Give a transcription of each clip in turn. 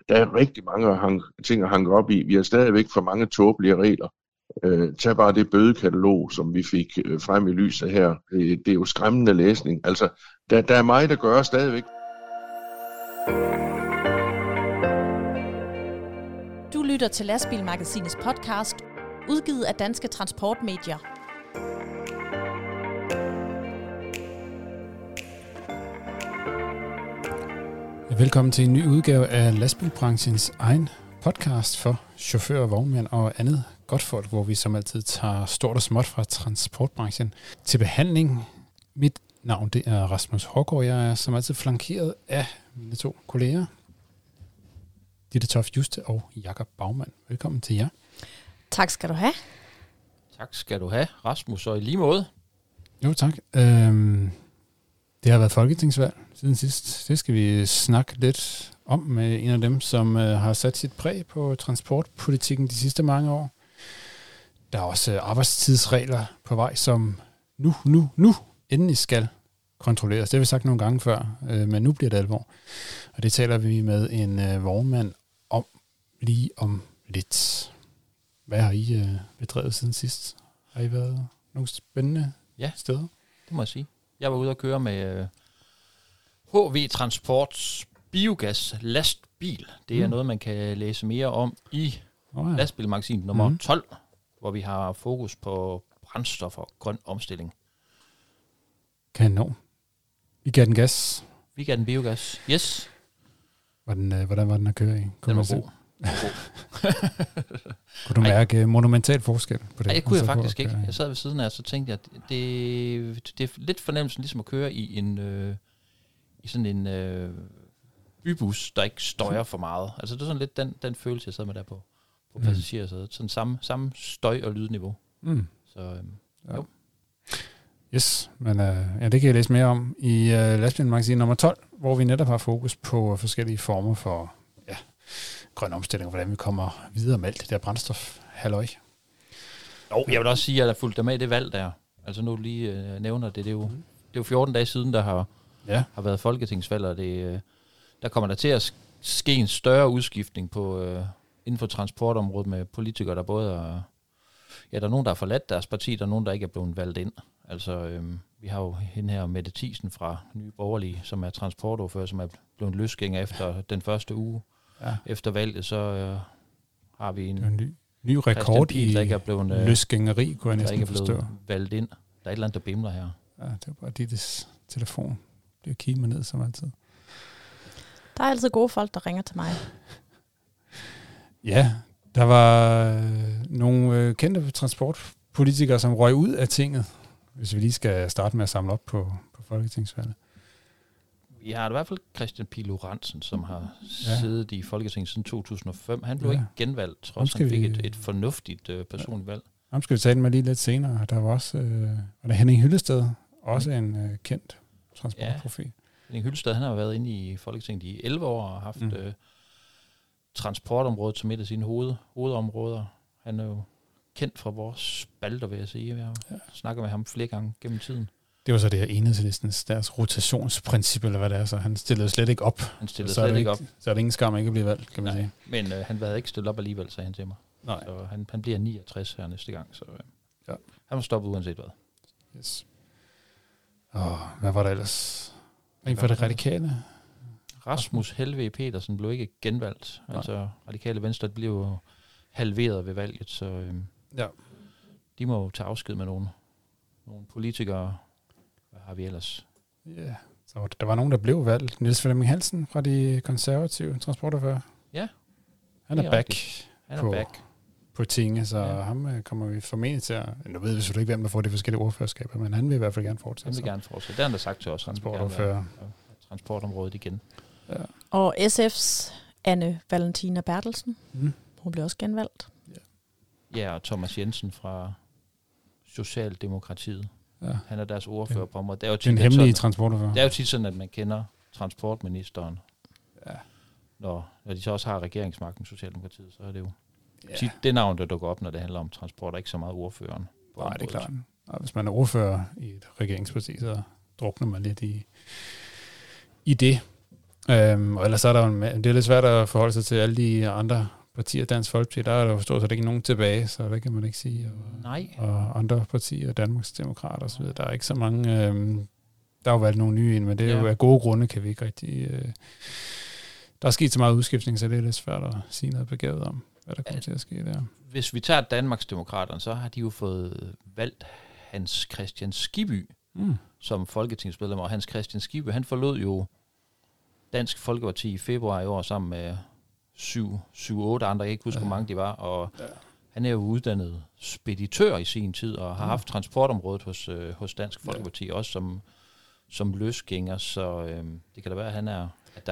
Der er rigtig mange ting at hanke op i. Vi har stadigvæk for mange tåbelige regler. Tag bare det bødekatalog, som vi fik frem i lyset her. Det er jo skræmmende læsning. Altså, der er meget at gøre stadigvæk. Du lytter til Lastbilmagasinets podcast, udgivet af Danske Transportmedier. Velkommen til en ny udgave af lastbilbranchens egen podcast for chauffører, vognmænd og andet godtfolk, hvor vi som altid tager stort og småt fra transportbranchen til behandling. Mit navn det er Rasmus Hårgaard. Jeg er som altid flankeret af mine to kolleger, Ditte Toft Juste og Jakob Baumann. Velkommen til jer. Tak skal du have. Tak skal du have, Rasmus, og i lige måde. Jo, tak. Det har været folketingsvalg siden sidst. Det skal vi snakke lidt om med en af dem, som har sat sit præg på transportpolitikken de sidste mange år. Der er også arbejdstidsregler på vej, som nu endelig skal kontrolleres. Det har vi sagt nogle gange før, men nu bliver det alvor. Og det taler vi med en vognmand om lige om lidt. Hvad har I bedrevet siden sidst? Har I været nogle spændende steder? Det må jeg sige. Jeg var ude at køre med HV Transports biogas lastbil. Det er noget, man kan læse mere om i Lastbilmagasinet nummer 12, hvor vi har fokus på brændstof og grøn omstilling. Kanon. I gav den gas? Vi gav den biogas. Yes. Hvordan var den at køre i? Den var god. Kunne du mærke monumental forskel på det? Nej, det kunne jeg faktisk ikke. Jeg sad ved siden af, og så tænkte jeg, at det er lidt fornemmelsen ligesom at køre i sådan en bybus, der ikke støjer for meget. Altså det er sådan lidt den følelse, jeg sad med der på passagersædet. Sådan samme støj- og lydniveau. Så jo. Yes, men det kan jeg læse mere om i Lastbilmagasinet nummer 12, hvor vi netop har fokus på forskellige former for grøn omstilling, og hvordan vi kommer videre med alt det der brændstof. Halløj. Jo, jeg vil også sige, at jeg har fulgt dig med i det valg der. Altså nu lige nævner det. Det er jo 14 dage siden, der har været folketingsvalg, og der kommer der til at ske en større udskiftning på inden for transportområdet med politikere, der både er... Ja, der er nogen, der har forladt deres parti, der er nogen, der ikke er blevet valgt ind. Altså, vi har jo hende her Mette Thiesen fra Nye Borgerlige, som er transportordfører, som er blevet løsgænger efter den første uge. Ja. Efter valget, så har vi en ny rekord i løsgængeri, kunne jeg næsten forstå. Der ikke er blevet valgt ind. Der er et eller andet, der bimler her. Ja, det er bare Dittes telefon. Det er kigget ned som altid. Der er altid gode folk, der ringer til mig. Ja, der var nogle kendte transportpolitikere, som røg ud af tinget, hvis vi lige skal starte med at samle op på folketingsvalget. Vi har i hvert fald Christian Pihl Lorentzen, som har siddet i Folketinget siden 2005. Han blev ikke genvalgt, trods han fik et fornuftigt personligt valg. Ham skal vi tale med lige lidt senere. Der var også Henning Hyllested, også en kendt transportprofil. Ja. Henning Hyllested, han har været inde i Folketinget i 11 år og haft transportområdet som et af sine hovedområder. Han er jo kendt fra vores spalter, vil jeg sige. Vi har snakket med ham flere gange gennem tiden. Det var så det her Enhedslistens, deres rotationsprincip, eller hvad det er, så han stillede slet ikke op. Så er det ingen skam ikke at blive valgt, kan man sige. Men han havde ikke stillet op alligevel, sagde han til mig. Nej. Så han bliver 69 her næste gang, så han var stoppet uanset hvad. Yes. Hvad var der ellers? Ikke for det radikale? Rasmus Helve Petersen blev ikke genvalgt. Nej. Altså Radikale Venstre blev jo halveret ved valget, så de må jo tage afsked med nogle politikere. Hvad har vi ellers? Ja, så der var nogen, der blev valgt. Niels Flemming Hansen fra de konservative transportordfører. Ja. Han er back på tinge, så ham kommer vi formentlig til at... Nu ved vi selvfølgelig ikke, hvem der får de forskellige ordførerskaber, men han vil i hvert fald gerne fortsætte. Han vil gerne fortsætte. Det har han da sagt til os. Transportordfører. Transportområdet igen. Ja. Og SF's Anne Valentina Bertelsen. Hun blev også genvalgt. Ja, og Thomas Jensen fra Socialdemokratiet. Ja. Han er deres ordfører på området. Det er jo tit en hemmelig transportordfører. Det er jo tit sådan, at man kender transportministeren. Ja. Når de så også har regeringsmagten Socialdemokratiet, så er det jo tit det navn, der dukker op, når det handler om transport, og ikke så meget ordføreren. Nej, det er klart. Og hvis man er ordfører i et regeringsparti, så drukner man lidt i det. Og ellers er der jo det er lidt svært at forholde sig til alle de andre partier. Dansk Folkeparti, der er der jo stort set ikke nogen tilbage, så det kan man ikke sige. Og andre partier, Danmarksdemokrater og så videre. Der er ikke så mange... der er jo valgt nogle nye ind, men det er jo af gode grunde, kan vi ikke rigtig... der er sket så meget udskiftning, så det er lidt svært at sige noget begavet om, hvad der kommer til at ske der. Hvis vi tager Danmarksdemokraterne, så har de jo fået valgt Hans Kristian Skibby som folketingsmedlem, og Hans Kristian Skibby, han forlod jo Dansk Folkeparti i februar i år sammen med 7-8 andre, jeg ikke husker, hvor mange de var, og han er jo uddannet speditør i sin tid, og har haft transportområdet hos Dansk Folkeparti, også som løsgænger, så det kan da være,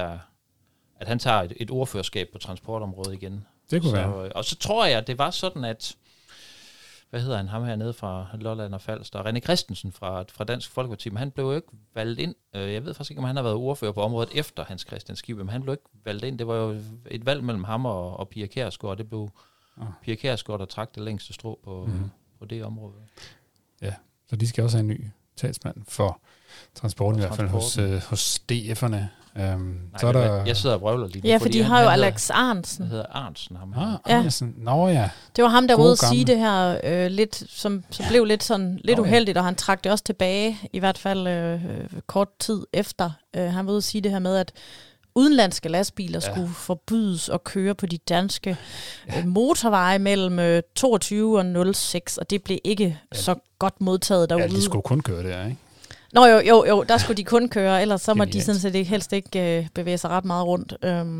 at han tager et ordførerskab på transportområdet igen. Det kunne være. Og så tror jeg, at det var sådan, at hvad hedder han, ham hernede fra Lolland og Falster, René Christensen fra Dansk Folkeparti, men han blev jo ikke valgt ind. Jeg ved faktisk ikke, om han har været ordfører på området efter Hans Kristian Skibby, men han blev ikke valgt ind. Det var jo et valg mellem ham og Pia Kjærsgaard, og det blev Pia Kjærsgaard, der trak det længste strå på det område. Ja, så de skal også have en ny talsmand for transporten, i hvert fald hos DF'erne. Så er der... Jeg sidder og brøvler lige nu. Ja, for de har jo Alex Arntzen. Han hedder Arntzen. Arntzen. Nå ja. Det var ham, der var ude at sige det her lidt, som blev lidt sådan lidt uheldigt, og han trak det også tilbage, i hvert fald kort tid efter. Han var ude at sige det her med, at udenlandske lastbiler skulle forbydes at køre på de danske motorveje mellem 22 og 06, og det blev ikke så godt modtaget derude. Ja, de skulle kun køre der, ikke? Nå jo, der skulle de kun køre, ellers så må de sådan set helst ikke bevæge sig ret meget rundt.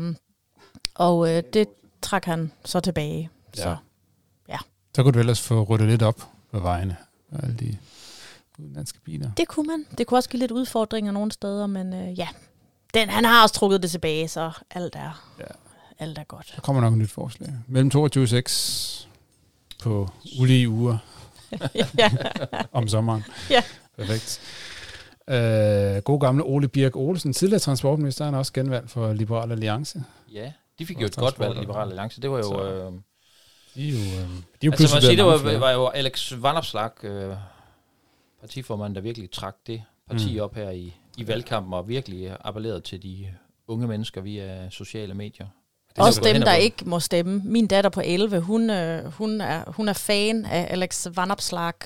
Og det trak han så tilbage. Så kunne du ellers få ryddet lidt op på vejene, alle de udenlandske biler. Det kunne man. Det kunne også give lidt udfordringer nogle steder, men han har også trukket det tilbage, så alt er godt. Der kommer nok et nyt forslag. Mellem 22,6 på ulige uger om sommeren. Ja. Perfekt. God gamle Ole Birk Olesen, tidligere transportminister, han er også genvalgt for Liberal Alliance. Ja, de fik jo et godt valg, Liberal Alliance. Det var jo... de er jo pludselig det var jo Alex Vanopslagh, partiformand, der virkelig trak det parti op her i valgkampen, og virkelig appellerede til de unge mennesker via sociale medier. Også dem, der ikke må stemme. Min datter på 11, hun er fan af Alex Vanopslagh,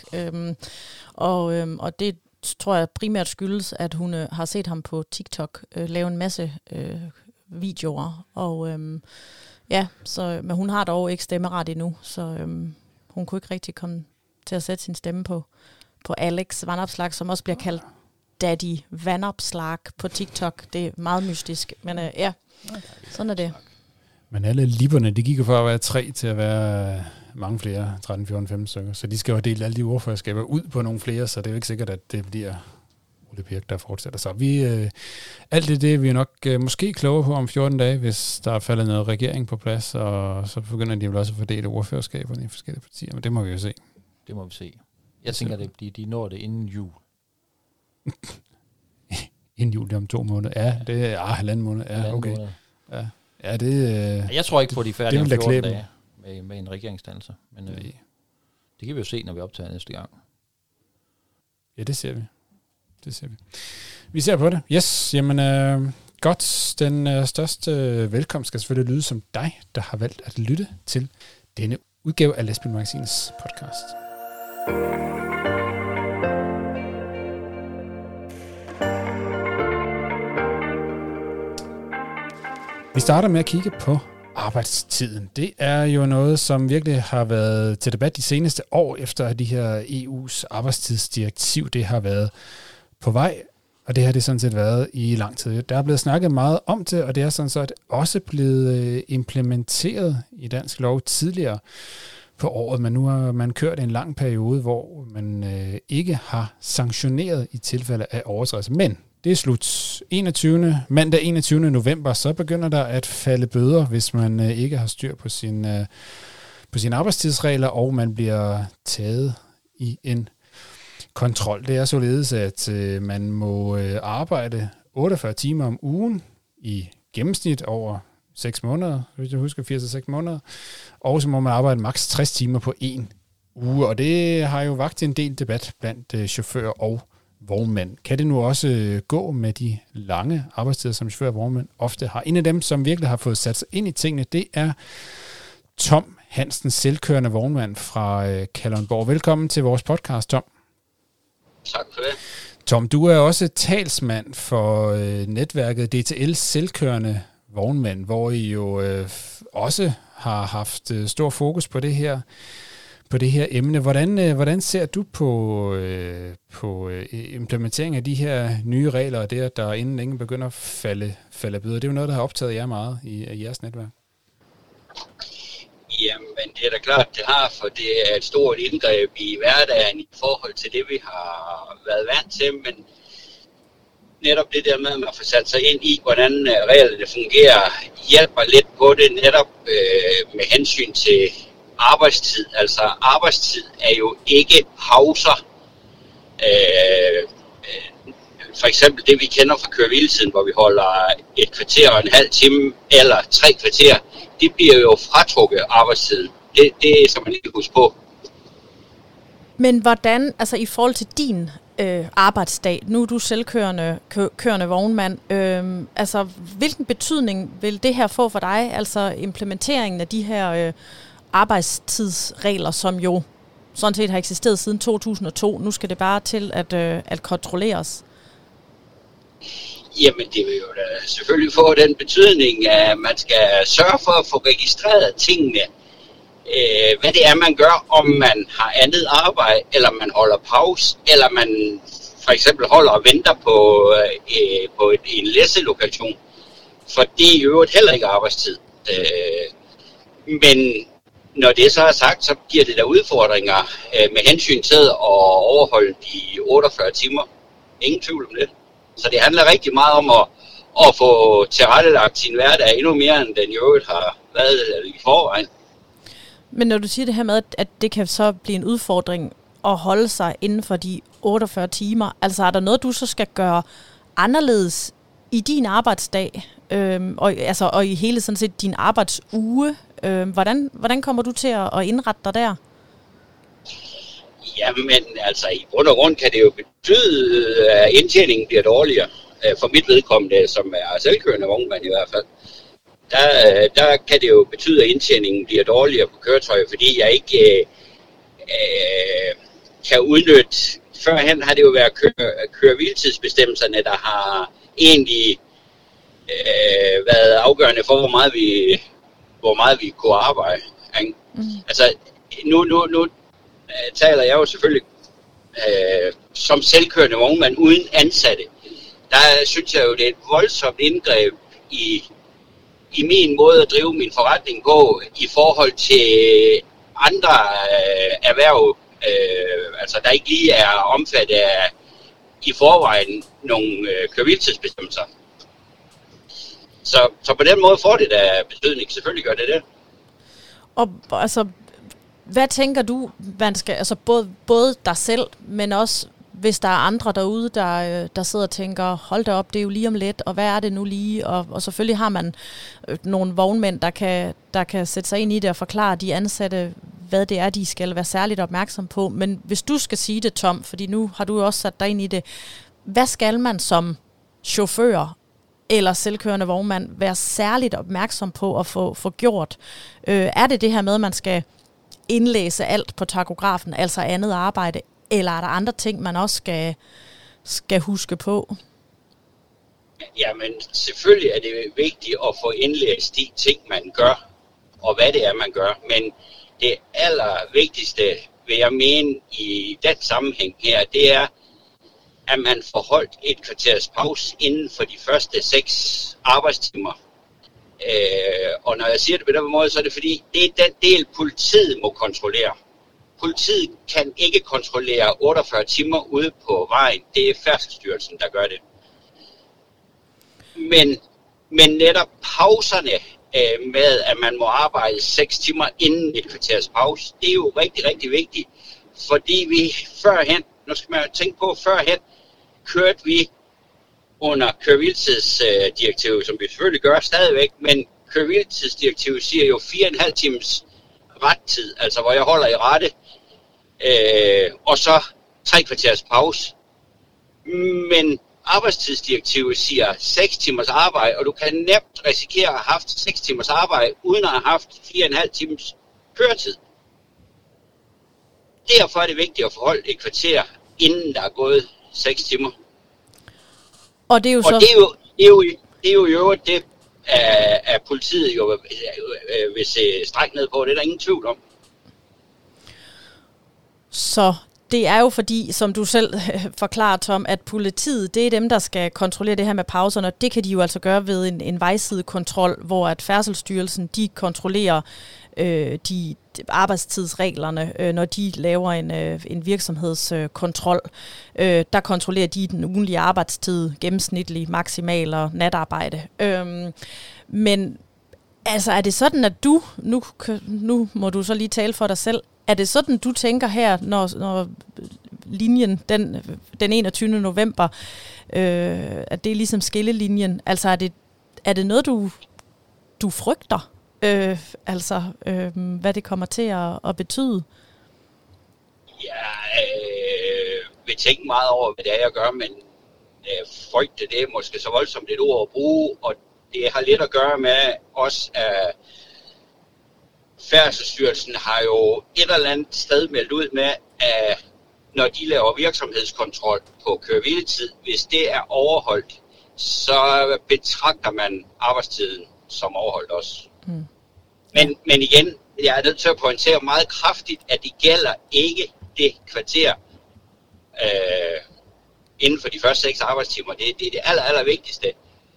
og det tror jeg primært skyldes, at hun har set ham på TikTok lave en masse videoer. Og men hun har dog ikke stemmeret endnu, så hun kunne ikke rigtig komme til at sætte sin stemme på Alex Vanopslagh, som også bliver kaldt Daddy Vanopslagh på TikTok. Det er meget mystisk, men sådan er det. Men alle lipperne, det gik jo fra at være 3 til at være mange flere, 13, 14, 15 stykker. Så de skal jo dele alle de ordførerskaber ud på nogle flere, så det er jo ikke sikkert, at det bliver Ole Birk, der fortsætter. Så alt det vi er nok måske klogere på om 14 dage, hvis der er faldet noget regering på plads, og så begynder de vel også at fordele ordførerskaberne i forskellige partier. Men det må vi jo se. Det må vi se. Jeg tænker, at de når det inden jul. Inden jul, det er om 2 måneder. Ja, det er 1,5 måned. Ja, okay. Ja, det... Jeg tror ikke på, at de er færdige om 14 dage med en regeringsdannelse. Men det kan vi jo se, når vi optager næste gang. Ja, det ser vi. Vi ser på det. Yes, jamen godt. Den største velkomst skal selvfølgelig lyde som dig, der har valgt at lytte til denne udgave af Lastbilmagasinets podcast. Vi starter med at kigge på arbejdstiden. Det er jo noget, som virkelig har været til debat de seneste år, efter de her EU's arbejdstidsdirektiv, det har været på vej, og det har det sådan set været i lang tid. Der er blevet snakket meget om det, og det er sådan set også blevet implementeret i dansk lov tidligere på året, men nu har man kørt en lang periode, hvor man ikke har sanktioneret i tilfælde af overtrædelse. Men det er slut. Mandag 21. november, så begynder der at falde bøder, hvis man ikke har styr på sine arbejdstidsregler, og man bliver taget i en kontrol. Det er således, at man må arbejde 48 timer om ugen i gennemsnit over 6 måneder, hvis jeg husker 4-6 måneder, og så må man arbejde maks 60 timer på en uge, og det har jo vakt en del debat blandt chauffører og vognmænd. Kan det nu også gå med de lange arbejdstider, som chauffør og vognmænd ofte har? En af dem, som virkelig har fået sat sig ind i tingene, det er Tom Hansen, selvkørende vognmand fra Kalundborg. Velkommen til vores podcast, Tom. Tak for det. Tom, du er også talsmand for netværket DTL Selvkørende Vognmænd, hvor I jo også har haft stor fokus på det her emne. Hvordan ser du på implementering af de her nye regler, og det, at der inden længe begynder at falde bøder? Det er jo noget, der har optaget jer meget i jeres netværk. Jamen, det er da klart, det har, for det er et stort indgreb i hverdagen i forhold til det, vi har været vant til, men netop det der med, at man får sat sig ind i, hvordan reglerne fungerer, hjælper lidt på det, netop med hensyn til arbejdstid. Altså, arbejdstid er jo ikke pauser. For eksempel det, vi kender fra køre-hvile-tiden, hvor vi holder et kvarter og en halv time, eller 3 kvarter, det bliver jo fratrukket arbejdstid. Det skal man ikke huske på. Men hvordan, altså i forhold til din arbejdsdag, nu er du selvkørende vognmand, altså hvilken betydning vil det her få for dig, altså implementeringen af de her arbejdstidsregler, som jo sådan set har eksisteret siden 2002, nu skal det bare til at kontrolleres? Jamen, det vil jo da selvfølgelig få den betydning, at man skal sørge for at få registreret tingene. Hvad det er, man gør, om man har andet arbejde, eller man holder pause, eller man for eksempel holder og venter på en læsselokation. For det er jo heller ikke arbejdstid. Men når det så er sagt, så giver det der udfordringer med hensyn til at overholde de 48 timer. Ingen tvivl om det. Så det handler rigtig meget om at få tilrettelagt sin hverdag endnu mere, end den jo har været i forvejen. Men når du siger det her med, at det kan så blive en udfordring at holde sig inden for de 48 timer, altså er der noget, du så skal gøre anderledes i din arbejdsdag, og i hele sådan set din arbejdsuge? Hvordan kommer du til at indrette dig der? Jamen, altså i grund og grund kan det jo betyde, at indtjeningen bliver dårligere. For mit vedkommende, som er selvkørende vognmand i hvert fald. Der kan det jo betyde, at indtjeningen bliver dårligere på køretøjer, fordi jeg ikke kan udnytte. Førhen har det jo været køre-hviletidsbestemmelserne, der har egentlig været afgørende for, hvor meget vi kunne arbejde. Altså, nu taler jeg jo selvfølgelig som selvkørende vognmand uden ansatte. Der synes jeg jo, det er et voldsomt indgreb i min måde at drive min forretning på i forhold til andre erhverv, altså der ikke lige er omfattet af i forvejen nogle køre-hvile-tidsbestemmelser. Så på den måde får det da betydning, selvfølgelig gør det det. Og altså, hvad tænker du, man skal, altså både dig selv, men også hvis der er andre derude, der sidder og tænker, hold da op, det er jo lige om lidt, og hvad er det nu lige? Og selvfølgelig har man nogle vognmænd, der kan sætte sig ind i det og forklare de ansatte, hvad det er, de skal være særligt opmærksom på. Men hvis du skal sige det, Tom, fordi nu har du jo også sat dig ind i det, hvad skal man som chauffør eller selvkørende vognmand være særligt opmærksom på at få gjort? Er det her med, at man skal indlæse alt på takografen, altså andet arbejde, eller er der andre ting, man også skal huske på? Jamen, selvfølgelig er det vigtigt at få indlæst de ting, man gør, og hvad det er, man gør. Men det allervigtigste, vil jeg mene i den sammenhæng her, det er, at man får holdt et kvarters pause inden for de første 6 arbejdstimer. Og når jeg siger det på den måde, så er det fordi, det er den del, politiet må kontrollere. Politiet kan ikke kontrollere 48 timer ude på vejen. Det er Færdselsstyrelsen, der gør det. Men netop pauserne med, at man må arbejde 6 timer inden et kvarters pause, det er jo rigtig, rigtig vigtigt. Fordi vi førhen, nu skal man jo tænke på, førhen kørte vi under køre-hvile-tidsdirektivet, som vi selvfølgelig gør stadigvæk, men køre-hvile-tidsdirektivet siger jo 4,5 times rettid, altså hvor jeg holder i rette, og så 3 kvarters pause. Men arbejdstidsdirektivet siger 6 timers arbejde, og du kan nemt risikere at have haft 6 timers arbejde, uden at have haft 4,5 timers køretid. Derfor er det vigtigt at forholde et kvarter, inden der er gået 6 timer. Og det er jo så... Det er jo i øvrigt det, at politiet jo vil se stræk ned på. Det er der ingen tvivl om. Så det er jo fordi, som du selv forklarer, Tom, at politiet, det er dem, der skal kontrollere det her med pauserne, og det kan de jo altså gøre ved en vejsidekontrol, hvor at Færdselsstyrelsen, de kontrollerer de arbejdstidsreglerne, når de laver en virksomhedskontrol. Der kontrollerer de den ugentlige arbejdstid, gennemsnitlig, maksimal og natarbejde. Men altså, er det sådan, at du, nu må du så lige tale for dig selv, er det sådan, du tænker her, når linjen, den 21. november, at det er ligesom skillelinjen? Altså, er det noget, du frygter? Hvad det kommer til at betyde? Jeg vil tænke meget over, hvad det er, jeg gør, men frygte, det er måske så voldsomt et ord at bruge, og det har lidt at gøre med os, at Færdselsstyrelsen har jo et eller andet sted meldt ud med, at når de laver virksomhedskontrol på køre-hviletid, hvis det er overholdt, så betragter man arbejdstiden som overholdt også. Mm. Men igen, jeg er nødt til at pointere meget kraftigt, at det gælder ikke det kvarter inden for de første 6 arbejdstimer. Det er det aller vigtigste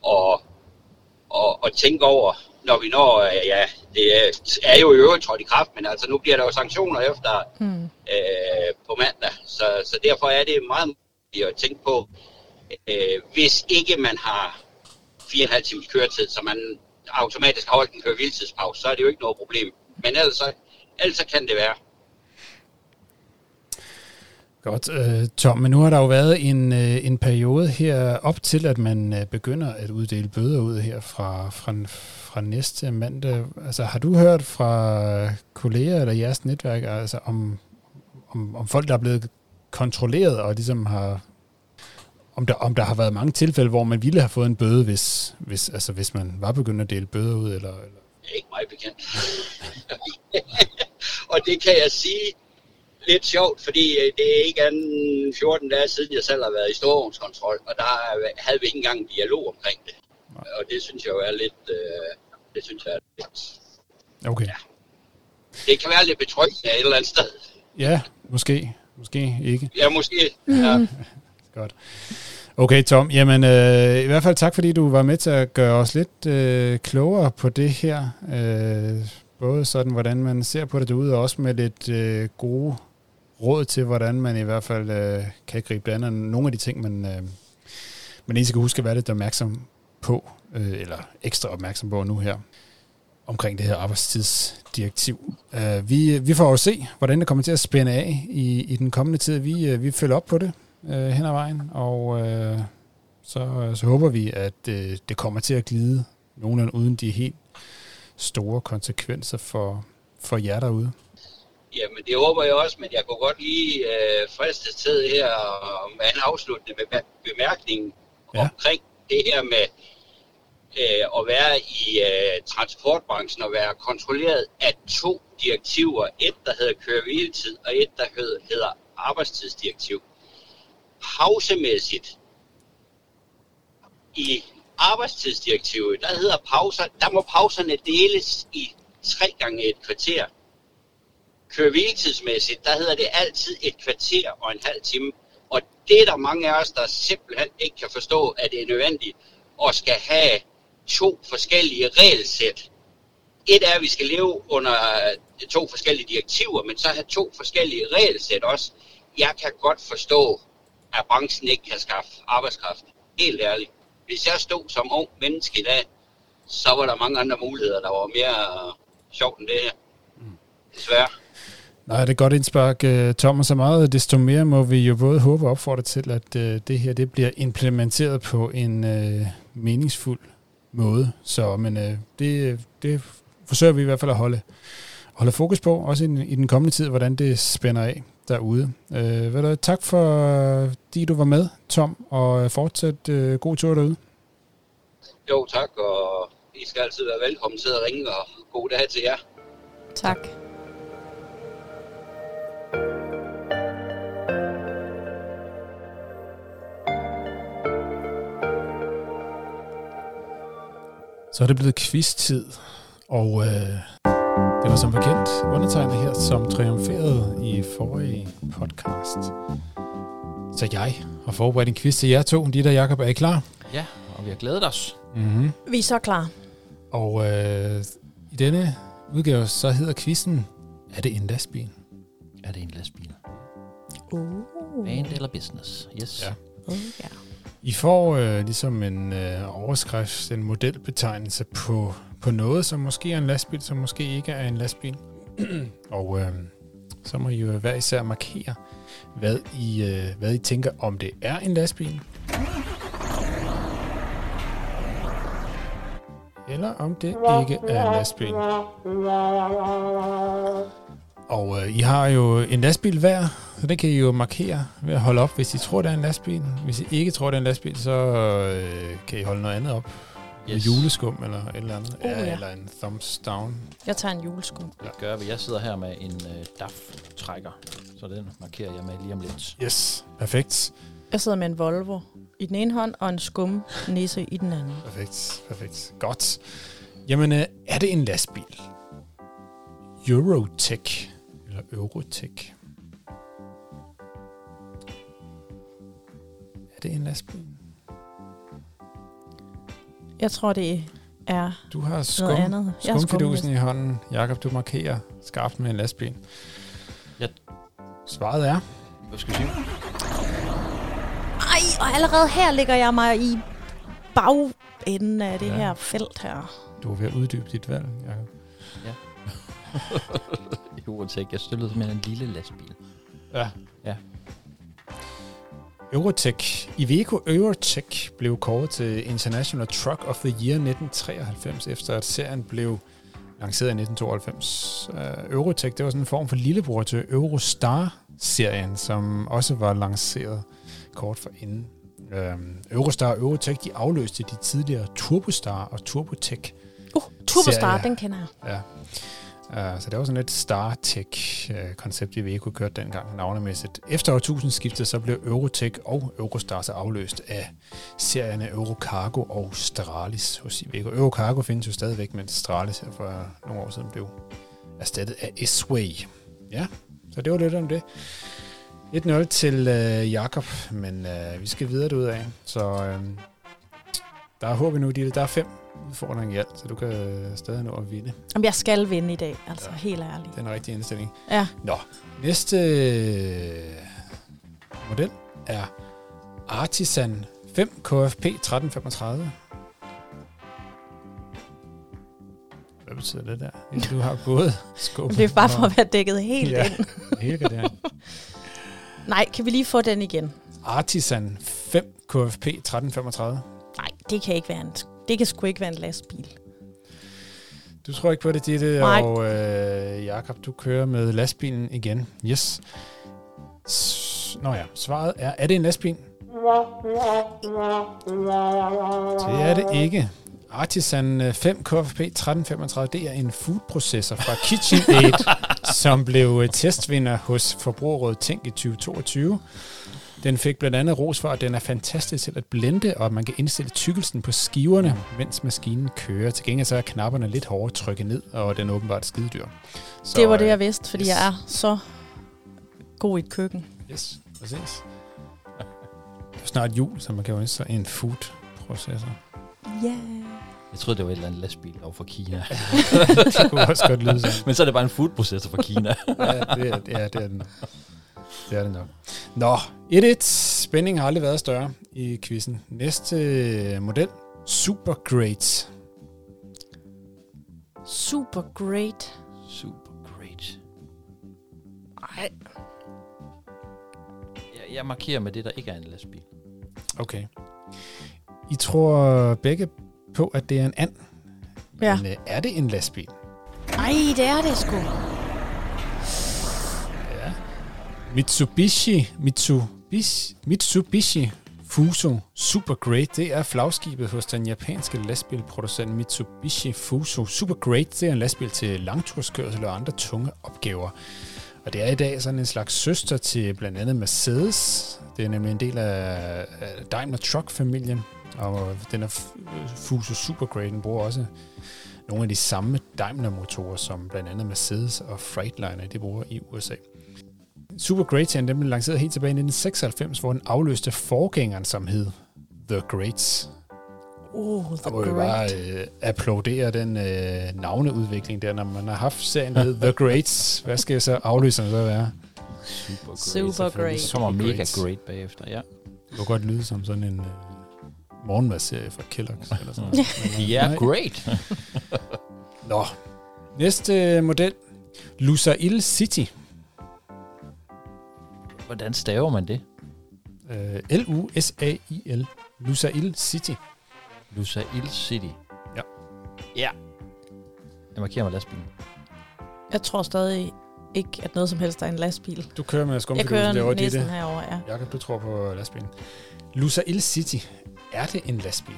at tænke over, når vi når, det er jo i øvrigt trådt i kraft, men altså nu bliver der jo sanktioner efter på mandag, så derfor er det meget vigtigt at tænke på, hvis ikke man har 4,5 timers køretid, så man automatisk har holdt en køre-hviletids-pause, så er det jo ikke noget problem. Men ellers kan det være. Godt, Tom, men nu har der jo været en periode her op til, at man begynder at uddele bøder ud her fra næste mandag. Altså, har du hørt fra kolleger eller jeres netværk, altså om folk, der er blevet kontrolleret, og ligesom har... Om der har været mange tilfælde, hvor man ville have fået en bøde, hvis man var begyndt at dele bøder ud? Eller? Ikke meget bekendt. Og det kan jeg sige lidt sjovt, fordi det er ikke anden 14 dage siden, jeg selv har været i storvognskontrol, og der havde vi ikke engang en dialog omkring det. Nej. Og det synes jeg jo er lidt... Okay. Ja. Det kan være lidt betryggende et eller andet sted. Ja, måske ikke. Ja, måske. Ja. Godt. Okay, Tom. Jamen, i hvert fald tak, fordi du var med til at gøre os lidt klogere på det her. Både sådan, hvordan man ser på det derude, og også med lidt gode råd til, hvordan man i hvert fald kan gribe det andet. Nogle af de ting, man egentlig skal huske at være lidt opmærksom på, eller ekstra opmærksom på nu her, omkring det her arbejdstidsdirektiv. Vi får jo se, hvordan det kommer til at spænde af i den kommende tid. Vi følger op på det hen ad vejen, og så håber vi, at det kommer til at glide nogenlunde uden de helt store konsekvenser for jer derude. Jamen det håber jeg også, men jeg kunne godt lige fristes til her med en afsluttende bemærkning omkring det her med at være i transportbranchen og være kontrolleret af 2 direktiver. Et, der hedder køre-hviletid, og et, der hedder arbejdstidsdirektiv. Pausemæssigt i arbejdstidsdirektivet, der må pauserne deles i 3 gange et kvarter. Køre-hviletidsmæssigt, der hedder det altid et kvarter og en halv time. Og det er der mange af os, der simpelthen ikke kan forstå, at det er nødvendigt og skal have 2 forskellige regelsæt. Et er, at vi skal leve under 2 forskellige direktiver, men så have 2 forskellige regelsæt også. Jeg kan godt forstå, at branchen ikke kan skaffe arbejdskraft. Helt ærligt. Hvis jeg stod som ung menneske i dag, så var der mange andre muligheder, der var mere sjovt end det her. Desværre. Nej, det er godt indspark, Thomas, så meget. Desto mere må vi jo både håbe og opfordre til, at det her det bliver implementeret på en meningsfuld måde. Så, men det forsøger vi i hvert fald at holde fokus på, også i den kommende tid, hvordan det spænder af. derude. Tak fordi du var med, Tom, og fortsat god tur derude. Jo, tak, og I skal altid være velkommen til at ringe, og god dag til jer. Tak. Så er det blevet quiz-tid, og det var som bekendt undertegnet her, som triumferede i forrige podcast. Så jeg har forberedt en quiz til jer to. Ditte og Jakob, er I klar? Ja, og vi har glædet os. Mm-hmm. Vi er så klar. Og i denne udgave, så hedder quizzen, er det en lastbil? Er det en lastbil? Band eller business? Yes. Ja. Ja. I får ligesom en overskrift, en modelbetegnelse på noget, som måske er en lastbil, som måske ikke er en lastbil. Og så må I jo hver især markere, hvad I tænker, om det er en lastbil, eller om det ikke er en lastbil. Og I har jo en lastbil hver, så det kan I jo markere ved at holde op, hvis I tror, det er en lastbil. Hvis I ikke tror, det er en lastbil, så kan I holde noget andet op. Yes. Juleskum eller et eller andet. Eller en thumbs down. Jeg tager en juleskum. Det gør vi. Jeg sidder her med en DAF-trækker, så den markerer jeg med lige om lidt. Yes, perfekt. Jeg sidder med en Volvo i den ene hånd, og en skumnisse i den anden. Perfekt. Godt. Jamen, er det en lastbil? Eurotech, eller Eurotech. Er det en lastbil? Jeg tror, det er du har skumfidusen i hånden. Jakob, du markerer skarpt med en lastbil. Ja. Svaret er... Hvad skal vi sige? Ej, og allerede her ligger jeg mig i bagenden af det her felt her. Du er ved at uddybe dit valg, Jakob. Ja. Eurotech, jeg stillede simpelthen en lille lastbil. Ja. Eurotech. Iveco Eurotech blev kåret til International Truck of the Year 1993, efter at serien blev lanceret i 1992. Eurotech, det var sådan en form for lillebror til Eurostar-serien, som også var lanceret kort forinden. Eurostar og Eurotech, de afløste de tidligere Turbostar og Turbotech. Turbostar, den kender jeg. Ja. Så det var sådan et StarTech-koncept, Iveco kørte dengang navnemæssigt. Efter årtusindskiftet så blev Eurotech og Eurostar så afløst af serierne Eurocargo og Stralis hos Iveco. Eurocargo findes jo stadigvæk, mens Stralis her for nogle år siden blev erstattet af S-Way. Ja, så det var lidt om det. 1-0 til Jakob, men vi skal videre derudad. Så der er håb endnu, Ditte. Der er 5 udfordringer i alt, så du kan stadig nå at vinde. Jamen, jeg skal vinde i dag, altså helt ærligt. Det er en rigtig indstilling. Ja. Nå, næste model er Artisan 5 KFP 1335. Hvad betyder det der? Du har både skåben. Det er bare for at være dækket helt ind. Helt det. Nej, kan vi lige få den igen? Artisan 5 KFP 1335. Nej, det kan ikke være det kan sgu ikke være en lastbil. Du tror ikke på det, Ditte, nej. Og Jakob, du kører med lastbilen igen. Yes. Svaret er det en lastbil? Det er det ikke. Artisan 5 KFP 1335, det er en foodprocessor fra KitchenAid, som blev testvinder hos Forbrugerrådet Tænk i 2022. Den fik blandt andet ros for, at den er fantastisk til at blende, og at man kan indstille tykkelsen på skiverne, mens maskinen kører. Til gengæld så er knapperne lidt hårdere trykket ned, og den er åbenbart skidedyr. Så, det var det, jeg vidste, fordi jeg er så god i et køkken. Yes, præcis. Det er snart jul, så man kan jo ønske sig en food-processor. Ja. Yeah. Jeg troede, det var et eller andet lastbil over fra Kina. Det kunne også godt lyde sådan. Men så er det bare en food-processor fra Kina. Det er den. Det er det nok. Nå, 1-1. Spændingen har aldrig været større i quizzen. Næste model. Super Great. Super Great. Super Great. Nej. Jeg markerer med det, der ikke er en lastbil. Okay. I tror begge på, at det er en and. Ja. Men er det en lastbil? Nej, det er det sgu. Ja. Mitsubishi Fuso Super Great, det er flagskibet hos den japanske lastbilproducent Mitsubishi Fuso Super Great. Det er en lastbil til langturskørsel og andre tunge opgaver. Og det er i dag sådan en slags søster til blandt andet Mercedes. Det er nemlig en del af Daimler Truck-familien. Og den er Fuso Super Great, den bruger også nogle af de samme Daimler-motorer, som blandt andet Mercedes og Freightliner, de bruger i USA. Super Great-serien, den blev lanceret helt tilbage i 1996, hvor den afløste forgængeren, som hed The Greats. The Great. Og bare applaudere den navneudvikling der, når man har haft serien hed The Greats. Hvad skal så afløseren så være? Super Great. Så var mega great bagefter, ja. Det kunne godt lyde som sådan en morgenmadsserie fra Kellogg's eller sådan. Ja, great. Nå, næste model. Lusail City. Hvordan staver man det? Lusail. Lusail City. Lusail City. Ja. Ja. Jeg markerer mig lastbilen. Jeg tror stadig ikke, at noget som helst er en lastbil. Du kører med skumfidusen derovre. Jeg kører næsten det. herover, ja. Jakob, du tror på lastbilen. Lusail City. Er det en lastbil?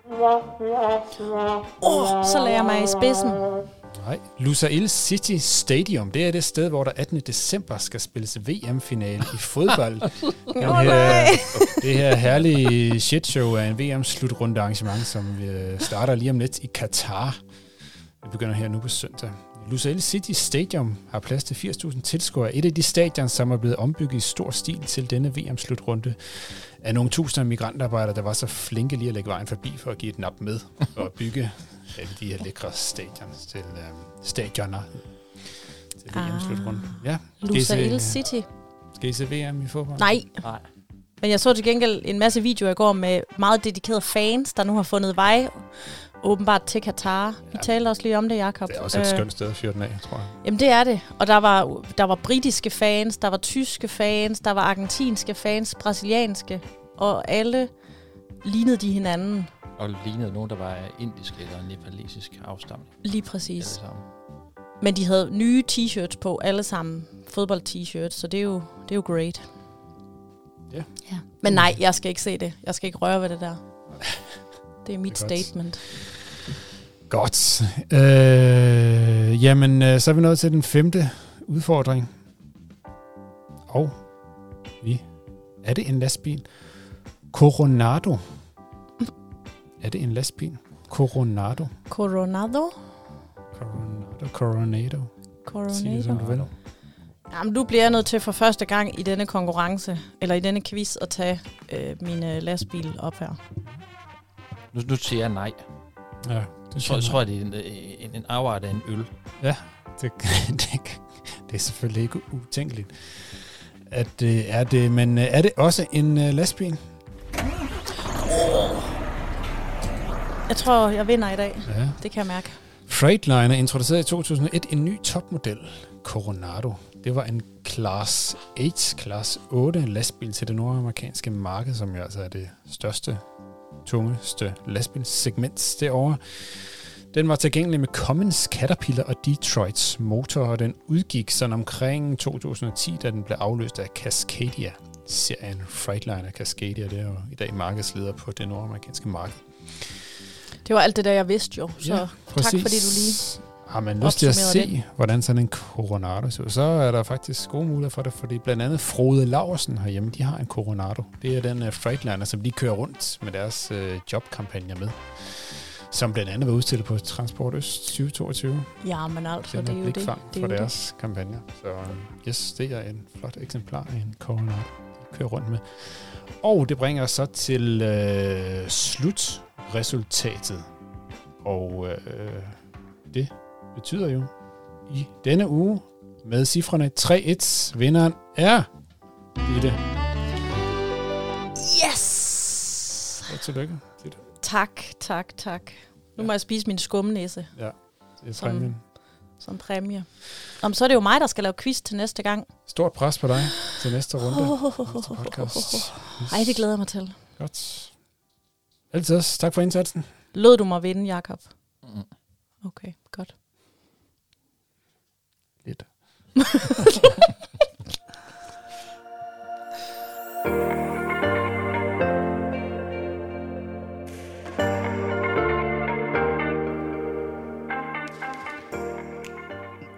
Så lader jeg mig i spidsen. Nej. Lusail City Stadium, det er det sted, hvor der 18. december skal spilles VM-finale i fodbold. Det her herlige shitshow er en VM-slutrunde arrangement, som starter lige om lidt i Katar. Det begynder her nu på søndag. Lusail City Stadium har plads til 80.000 tilskuere. Et af de stadion, som er blevet ombygget i stor stil til denne VM-slutrunde, af nogle tusinder af migrantarbejdere, der var så flinke lige at lægge vejen forbi for at give et nap med og at bygge alle de her lækre stadioner til VM-slutrunde. Ja. Lusail City. Skal I se VM i fodbold? Nej. Men jeg så til gengæld en masse videoer i går med meget dedikerede fans, der nu har fundet vej åbenbart til Katar. Vi taler også lige om det, Jakob. Det er også et skønt sted at fyre den af, tror jeg. Jamen det er det. Og der var britiske fans, der var tyske fans, der var argentinske fans, brasilianske, og alle lignede de hinanden. Og lignede nogen, der var indisk eller nepalesisk afstamning. Lige præcis. Men de havde nye t-shirts på, alle sammen fodbold-t-shirts, så det er jo great. Ja. Men nej, jeg skal ikke se det. Jeg skal ikke røre ved det der. Det er mit statement. Godt. Jamen, så er vi nået til den 5. udfordring. Og er det en lastbil? Coronado. Er det en lastbil? Coronado. Sig det, som du vil. Jamen, nu bliver jeg nødt til for første gang i denne konkurrence, eller i denne quiz, at tage min lastbil op her. Nu siger jeg nej. Ja, jeg tror, det er en afart af en øl. Ja, det er selvfølgelig ikke utænkeligt, at det er det. Men er det også en lastbil? Jeg tror, jeg vinder i dag. Ja. Det kan jeg mærke. Freightliner introducerede i 2001 en ny topmodel, Coronado. Det var en Class 8 lastbil til det nordamerikanske marked, som jo altså er det største, tungeste lastbilsegment derovre. Den var tilgængelig med Cummins, Caterpillar og Detroits motor, og den udgik sådan omkring 2010, da den blev afløst af Cascadia-serien. Freightliner Cascadia, det er jo i dag markedsleder på det nordamerikanske marked. Det var alt det der, jeg vidste jo, så ja, tak fordi du lige har man lyst til at se, hvordan sådan en Coronado ser ud, så er der faktisk gode muligheder for det, fordi blandt andet Frode Laursen herhjemme, de har en Coronado. Det er den Freightliner, som de kører rundt med deres jobkampagner med, som blandt andet var udstillet på Transport Øst 2022. Ja, men altså, det er jo det. Det for deres kampagner. Så yes, det er en flot eksemplar af en Coronado, de kører rundt med. Og det bringer os så til slutresultatet. Og det betyder jo i denne uge med cifrene 3-1. Vinderen er Ditte. Yes! Og tillykke, Ditte. Tak. Nu må jeg spise min skumnæse. Ja, det er præmien. Som præmie. Så er det jo mig, der skal lave quiz til næste gang. Stort pres på dig til næste runde. Næste podcast. Ej, det glæder jeg mig til. Godt. Altid også. Tak for indsatsen. Lød du mig vinde, Jakob? Okay, godt. Lidt.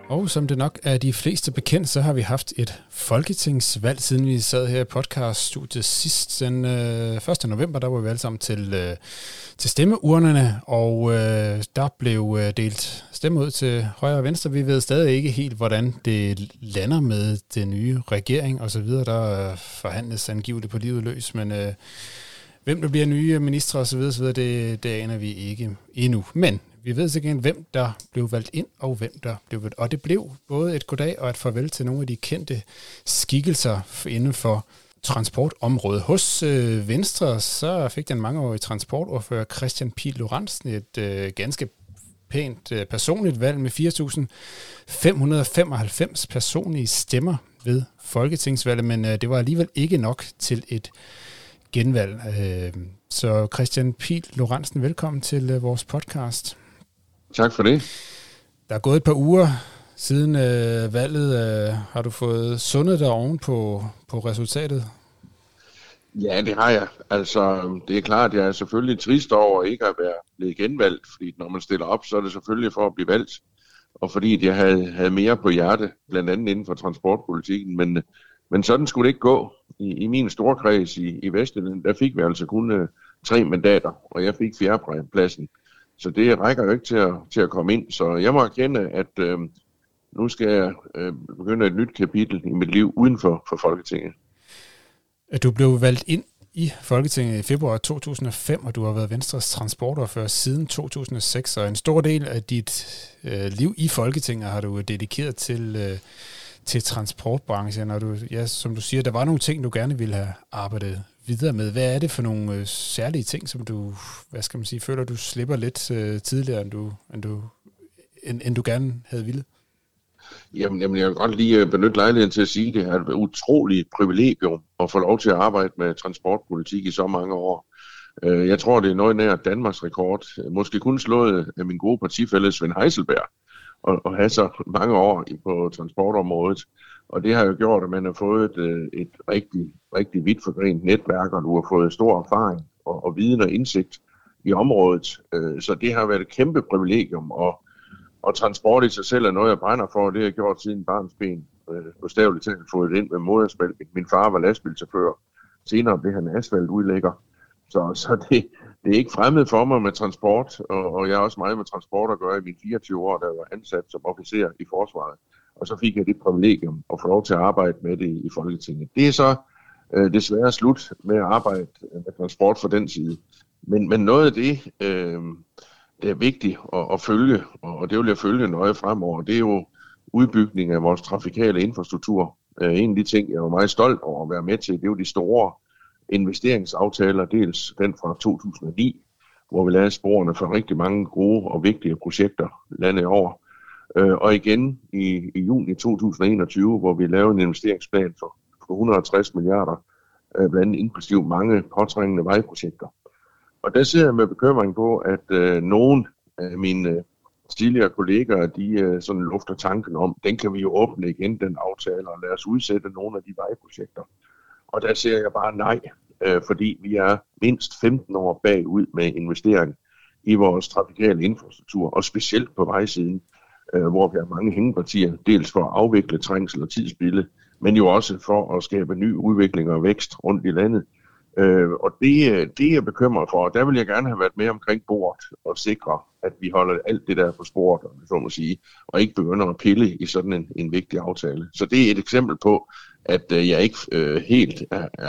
Og som det nok er de fleste bekendt, så har vi haft et folketingsvalg, siden vi sad her i podcaststudiet sidst. Den 1. november, der var vi alle sammen til stemmeurnerne, og der blev delt stemme ud til højre og venstre. Vi ved stadig ikke helt, hvordan det lander med den nye regering osv. Der forhandles angiveligt på livet løs, men hvem der bliver nye ministre osv., det aner vi ikke endnu. Men vi ved så igen, hvem der blev valgt ind, og hvem der blev valgt. Og det blev både et goddag og et farvel til nogle af de kendte skikkelser inden for transportområdet. Hos Venstre, så fik den mangeårige transportordfører Kristian Pihl Lorentzen et ganske pænt personligt valg med 4.595 personlige stemmer ved folketingsvalget, men det var alligevel ikke nok til et genvalg. Så Kristian Pihl Lorentzen, velkommen til vores podcast. Tak for det. Der er gået et par uger siden valget. Har du fået sundet dig oven på resultatet? Ja, det har jeg. Altså, det er klart, at jeg er selvfølgelig trist over ikke at være blevet genvalgt, fordi når man stiller op, så er det selvfølgelig for at blive valgt, og fordi jeg havde mere på hjerte, blandt andet inden for transportpolitikken, men sådan skulle det ikke gå. I min storkreds i Vestjylland, der fik vi altså kun 3 mandater, og jeg fik 4. pladsen. Så det rækker jo ikke til at komme ind. Så jeg må erkende, at nu skal jeg begynde et nyt kapitel i mit liv uden for Folketinget. Du blev valgt ind i Folketinget i februar 2005, og du har været Venstres transportordfører siden 2006. Og en stor del af dit liv i Folketinget har du dedikeret til transportbranchen. Og som du siger, der var nogle ting, du gerne ville have arbejdet videre med. Hvad er det for nogle særlige ting, som du, føler, du slipper lidt tidligere, end du gerne havde ville? Jamen, jeg vil godt lige benytte lejligheden til at sige, at det er et utroligt privilegium at få lov til at arbejde med transportpolitik i så mange år. Jeg tror, det er noget nær Danmarks rekord. Måske kun slået af min gode partifælle Svend Heiselberg og have så mange år på transportområdet. Og det har jo gjort, at man har fået et rigtig, rigtig vidt forgrenet netværk, og du har fået stor erfaring og viden og indsigt i området. Så det har været et kæmpe privilegium, og transport i sig selv er noget, jeg brænder for. Det har jeg gjort siden barnsben. Bogstaveligt talt fået ind med modersmælk. Min far var lastbilchauffør. Senere blev han asfaltudlægger. Så det er ikke fremmed for mig med transport, og jeg har også meget med transport at gøre i mine 24 år, da jeg var ansat som officer i forsvaret. Og så fik jeg det privilegium at få lov til at arbejde med det i Folketinget. Det er så desværre slut med at arbejde med transport fra den side. Men noget af det, det er vigtigt at følge, og det vil jeg følge nøje fremover, det er jo udbygning af vores trafikale infrastruktur. En af de ting, jeg er meget stolt over at være med til, det er jo de store investeringsaftaler, dels den fra 2009, hvor vi lavede sporene for rigtig mange gode og vigtige projekter landet over. Og igen i juni 2021, hvor vi lavede en investeringsplan for 160 milliarder, blandt andet inklusiv mange påtrængende vejprojekter. Og der sidder jeg med bekymring på, at nogle af mine tidligere kolleger, de sådan lufter tanken om, den kan vi jo åbne igen, den aftale, og lad os udsætte nogle af de vejprojekter. Og der siger jeg bare nej, fordi vi er mindst 15 år bagud med investering i vores trafikale infrastruktur, og specielt på vejsiden, hvor vi har mange hængepartier, dels for at afvikle trængsel og tidsspilde, men jo også for at skabe ny udvikling og vækst rundt i landet. Og det er jeg bekymret for, og der vil jeg gerne have været med omkring bordet og sikre, at vi holder alt det der på sporet, så må sige, og ikke begynder at pille i sådan en vigtig aftale. Så det er et eksempel på, at jeg ikke helt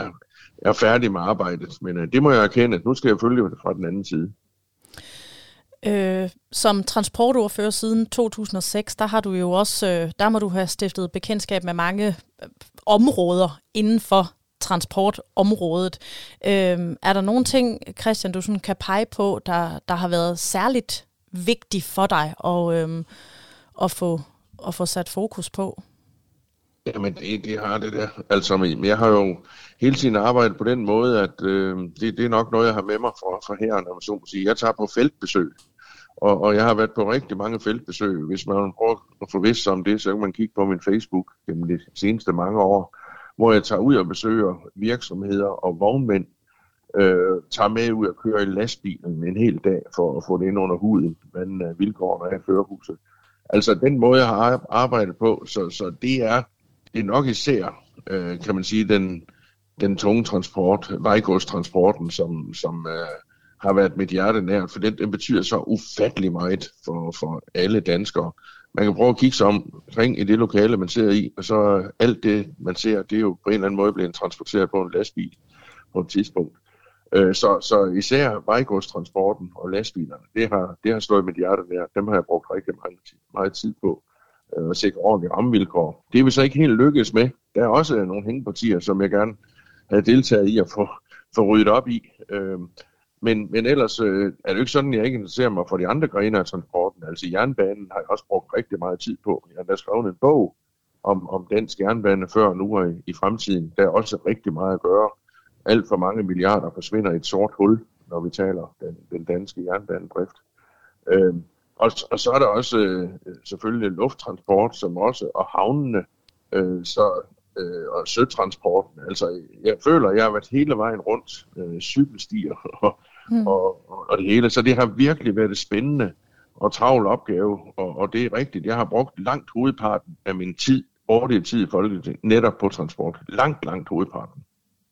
er færdig med arbejdet, men det må jeg erkende. Nu skal jeg følge det fra den anden side. Som transportordfører siden 2006, der har du jo også, der må du have stiftet bekendtskab med mange områder inden for transportområdet. Er der nogle ting, Kristian, du sådan kan pege på, der har været særligt vigtigt for dig at få sat fokus på? Jamen, det har det der. Altså, jeg har jo hele tiden arbejdet på den måde, at det er nok noget, jeg har med mig fra herren, om så må sige. Jeg tager på feltbesøg, og jeg har været på rigtig mange feltbesøg. Hvis man prøver at få vidst om det, så kan man kigge på min Facebook gennem de seneste mange år, hvor jeg tager ud og besøger virksomheder og vognmænd, tager med ud og kører i lastbilen en hel dag for at få det ind under huden, hvordan vilkårene er i førerhuset. Altså den måde, jeg har arbejdet på, så det er nok især, kan man sige, den tunge transport, vejgodstransporten, som har været mit hjerte nært, for den betyder så ufattelig meget for alle danskere. Man kan prøve at kigge sig omkring i det lokale, man sidder i, og så alt det, man ser, det er jo på en eller anden måde blevet transporteret på en lastbil på et tidspunkt. Så især vejgodstransporten og lastbilerne, det har stået mit hjerte nær. Dem har jeg brugt rigtig meget tid på at sikre ordentlige rammevilkår. Det er vi så ikke helt lykkedes med. Der er også nogle hængepartier, som jeg gerne havde deltaget i at få ryddet op i. Men ellers er det jo ikke sådan, at jeg ikke interesserer mig for de andre grene af transporten. Altså jernbanen har jeg også brugt rigtig meget tid på. Jeg har da skrevet en bog om dansk jernbane før nu og i fremtiden. Der er også rigtig meget at gøre. Alt for mange milliarder forsvinder i et sort hul, når vi taler den danske jernbanedrift. Og så er der også selvfølgelig lufttransport, som også, og havnene, og søtransporten. Altså, jeg føler, at jeg har været hele vejen rundt, cykelstier og det hele. Så det har virkelig været et spændende og travl opgave, og det er rigtigt. Jeg har brugt langt hovedparten af min årlige tid i Folketinget netop på transport. Langt hovedparten.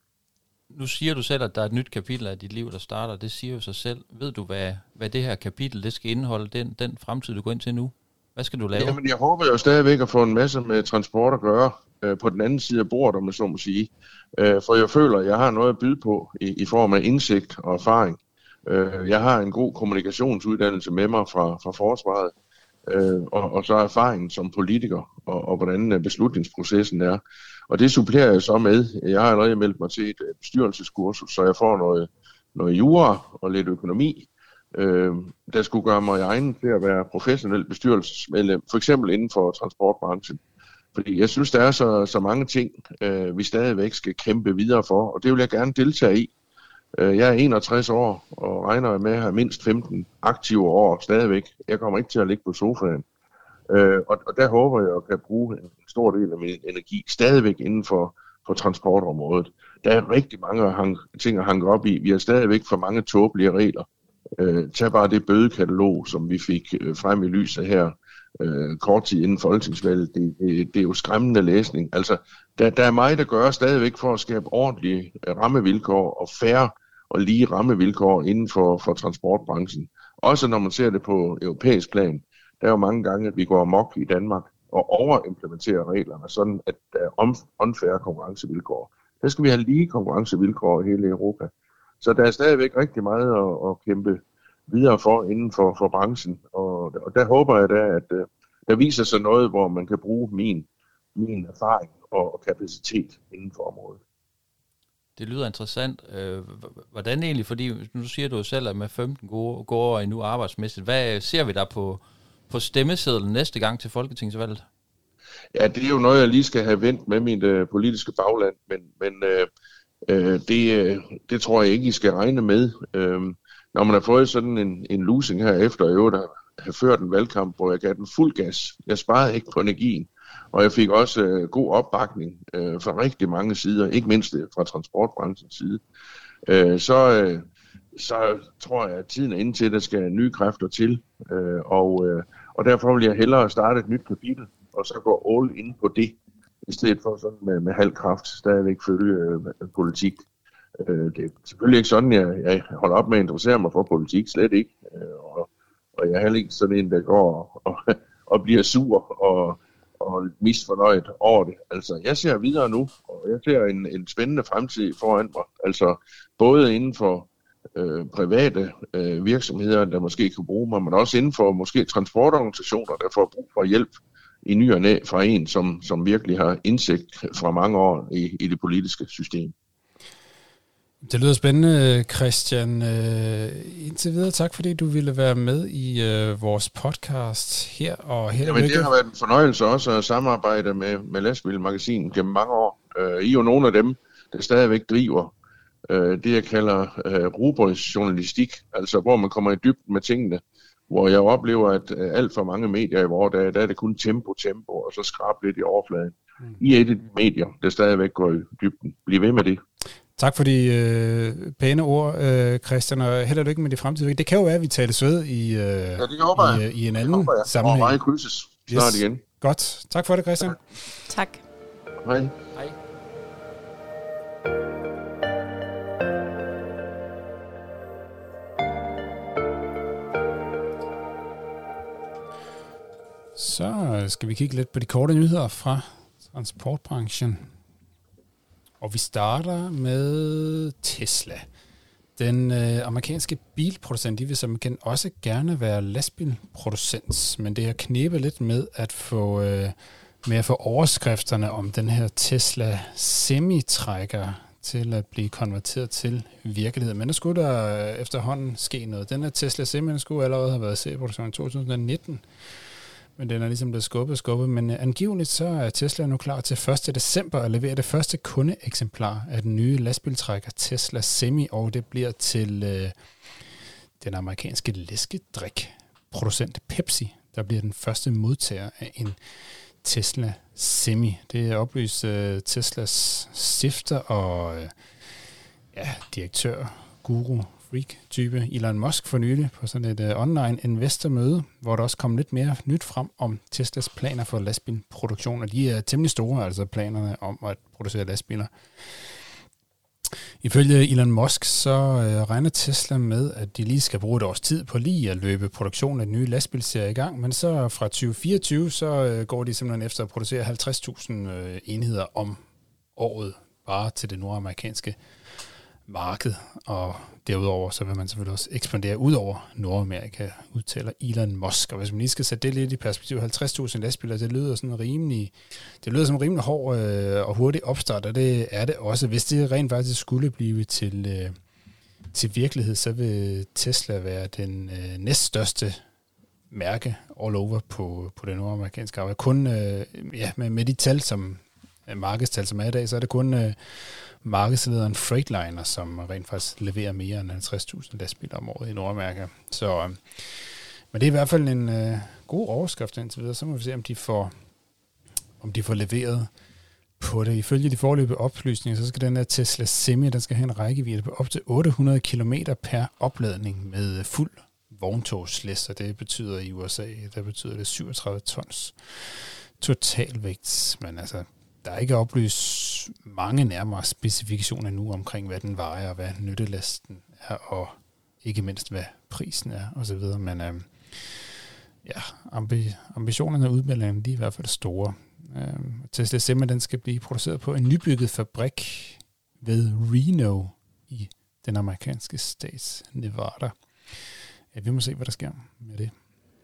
Nu siger du selv, at der er et nyt kapitel af dit liv, der starter. Det siger jo sig selv. Ved du, hvad det her kapitel det skal indeholde, den fremtid, du går ind til nu? Hvad skal du lave? Jamen, jeg håber jo stadigvæk at få en masse med transport at gøre på den anden side af bordet, om man så må sige. For jeg føler, at jeg har noget at byde på i form af indsigt og erfaring. Jeg har en god kommunikationsuddannelse med mig fra forsvaret, og så erfaringen som politiker, og hvordan beslutningsprocessen er. Og det supplerer jeg så med. Jeg har allerede meldt mig til et bestyrelseskursus, så jeg får noget jura og lidt økonomi, der skulle gøre mig egnet til at være professionel bestyrelsesmedlem, for eksempel inden for transportbranchen. Fordi jeg synes, der er så mange ting, vi stadigvæk skal kæmpe videre for, og det vil jeg gerne deltage i. Jeg er 61 år og regner med at have mindst 15 aktive år stadigvæk. Jeg kommer ikke til at ligge på sofaen. Og der håber jeg, at jeg kan bruge en stor del af min energi stadigvæk inden for transportområdet. Der er rigtig mange ting at hanke op i. Vi har stadigvæk for mange tåbelige regler. Tag bare det bødekatalog, som vi fik frem i lyset her kort tid inden folketingsvalget. Det er jo skræmmende læsning. Altså, der er meget at gøre stadigvæk for at skabe ordentlige rammevilkår og fair og lige rammevilkår inden for transportbranchen. Også når man ser det på europæisk plan. Der er jo mange gange, at vi går amok i Danmark og overimplementerer reglerne, sådan at der er unfair konkurrencevilkår. Der skal vi have lige konkurrencevilkår i hele Europa. Så der er stadigvæk rigtig meget at kæmpe videre for inden for branchen. Og der håber jeg da, at der viser sig noget, hvor man kan bruge min erfaring og kapacitet inden for området. Det lyder interessant. Hvordan egentlig, fordi nu siger du jo selv, at med 15 gode år endnu arbejdsmæssigt, hvad ser vi der på stemmesedlen næste gang til folketingsvalget? Ja, det er jo noget, jeg lige skal have vendt med mit politiske bagland, men det tror jeg ikke, I skal regne med. Når man har fået sådan en losing her efter, at have ført en valgkamp, hvor jeg gav den fuld gas. Jeg sparede ikke på energien, og jeg fik også god opbakning fra rigtig mange sider, ikke mindst fra transportbranchens side. Så tror jeg, at tiden er inde til, at der skal nye kræfter til, og derfor vil jeg hellere starte et nyt kapitel, og så gå all in på det, i stedet for sådan med halv kraft stadigvæk følge politik. Det er selvfølgelig ikke sådan, jeg holder op med at interessere mig for politik, slet ikke. Og jeg er heller ikke sådan en, der går og bliver sur og misfornøjet over det. Altså, jeg ser videre nu, og jeg ser en spændende fremtid foran mig. Altså, både inden for private virksomheder, der måske kan bruge mig, men også inden for måske transportorganisationer, der får brug for hjælp i ny og næ fra en, som virkelig har indsigt fra mange år i det politiske system. Det lyder spændende, Christian. Indtil videre, tak fordi du ville være med i vores podcast her. Og her Jamen, det har været en fornøjelse også at samarbejde med Lastbilmagasinet gennem mange år. I er jo nogle af dem, der stadigvæk driver det, jeg kalder rubriksjournalistik, altså hvor man kommer i dybden med tingene, hvor jeg oplever, at alt for mange medier i vores dag, der er det kun tempo, og så skrabe lidt i overfladen. I er et af de medier, der stadigvæk går i dybden. Bliv ved med det. Tak for de pæne ord, Christian, og held og lykke med det fremtidige. Det kan jo være, at vi taler ved i en anden sammenhæng. Og meget krydses snart igen. Godt. Tak for det, Christian. Tak. Hej. Hej. Så skal vi kigge lidt på de korte nyheder fra transportbranchen. Og vi starter med Tesla. Den amerikanske bilproducent, de vil som bekendt også gerne være lastbilproducent, men det har knebet lidt med at få overskrifterne om den her Tesla semitrækker til at blive konverteret til virkelighed. Men der skulle der efterhånden ske noget. Den her Tesla Semi skulle allerede have været i serieproduktion i 2019, men den er ligesom blevet skubbet. Men angiveligt så er Tesla nu klar til 1. december at levere det første kundeeksemplar af den nye lastbiltrækker Tesla Semi, og det bliver til den amerikanske læskedrikproducent Pepsi, der bliver den første modtager af en Tesla Semi. Det er oplyst Teslas stifter og direktør, guru, freak-type Elon Musk for nylig på sådan et online investormøde, hvor der også kom lidt mere nyt frem om Teslas planer for lastbilproduktion, og de er temmelig store, altså planerne om at producere lastbiler. Ifølge Elon Musk så regner Tesla med, at de lige skal bruge et års tid på lige at løbe produktionen af den nye lastbilserie i gang, men så fra 2024 så går de simpelthen efter at producere 50.000 enheder om året bare til det nordamerikanske marked, og derudover så vil man selvfølgelig også ekspandere ud over Nordamerika, udtaler Elon Musk. Og hvis man lige skal sætte det lidt i perspektiv, 50.000 lastbiler, det lyder som en rimelig hård og hurtig opstart, og det er det også. Hvis det rent faktisk skulle blive til virkelighed, så vil Tesla være den næststørste mærke all over på det nordamerikanske arbejde. Kun med de tal, som markedstal, som er i dag, så er det kun markedslederen Freightliner, som rent faktisk leverer mere end 50.000 lastbiler om året i Nordamerika. Så, men det er i hvert fald en god overskrift indtil videre. Så må vi se, om de får leveret på det. Ifølge de foreløbige oplysninger, så skal den her Tesla Semi, der skal have en rækkevidde på op til 800 km per opladning med fuld vogntogslæs, og det betyder i USA, der betyder det 37 tons totalvægt. Men altså, der er ikke oplyst mange nærmere specifikationer nu omkring, hvad den vejer, og hvad nyttelasten er, og ikke mindst, hvad prisen er, osv. Men ambitionerne og udmeldingerne, de er i hvert fald store. Tesla Semi, den skal blive produceret på en nybygget fabrik ved Reno i den amerikanske stat Nevada. Ja, vi må se, hvad der sker med det.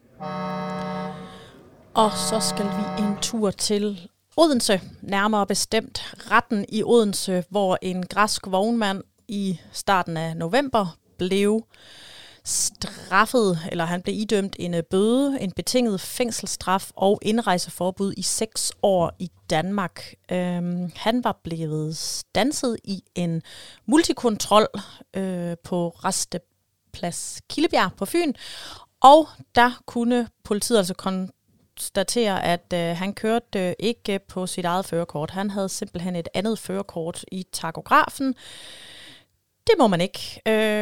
Og så skal vi en tur til Odense, nærmere bestemt retten i Odense, hvor en græsk vognmand i starten af november blev straffet, eller han blev idømt en bøde, en betinget fængselsstraf og indrejseforbud i 6 år i Danmark. Han var blevet standset i en multikontrol på Rasteplads Kildebjerg på Fyn, og der kunne politiet altså konstatere, at han kørte ikke på sit eget førerkort. Han havde simpelthen et andet førerkort i takografen. Det må man ikke.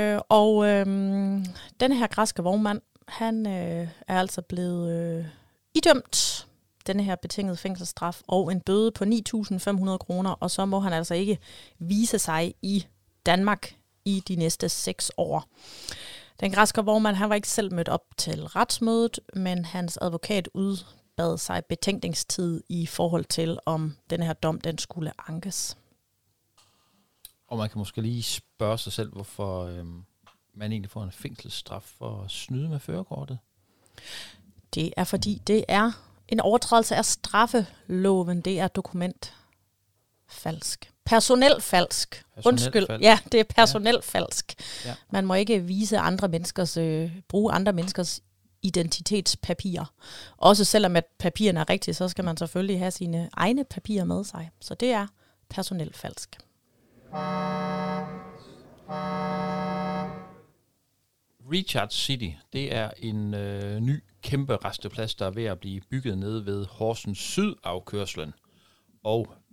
Den her græske vognmand, han er altså blevet idømt denne her betingede fængselsstraf og en bøde på 9.500 kroner, og så må han altså ikke vise sig i Danmark i de næste 6 år. Den græske vognmand, han var ikke selv mødt op til retsmødet, men hans advokat udbad sig betænkningstid i forhold til, om den her dom, den skulle ankes. Og man kan måske lige spørge sig selv, hvorfor man egentlig får en fængselsstraf for at snyde med førerkortet. Det er fordi, det er en overtrædelse af straffeloven. Det er dokumentfalsk. Personelfalsk. Undskyld. Ja, det er personelfalsk. Ja. Man må ikke vise bruge andre menneskers identitetspapirer. Også selvom at papirerne er rigtige, så skal man selvfølgelig have sine egne papirer med sig. Så det er personelfalsk. Recharge City, det er en ny kæmpe rasteplads, der er ved at blive bygget nede ved Horsens Syd-afkørslen. Og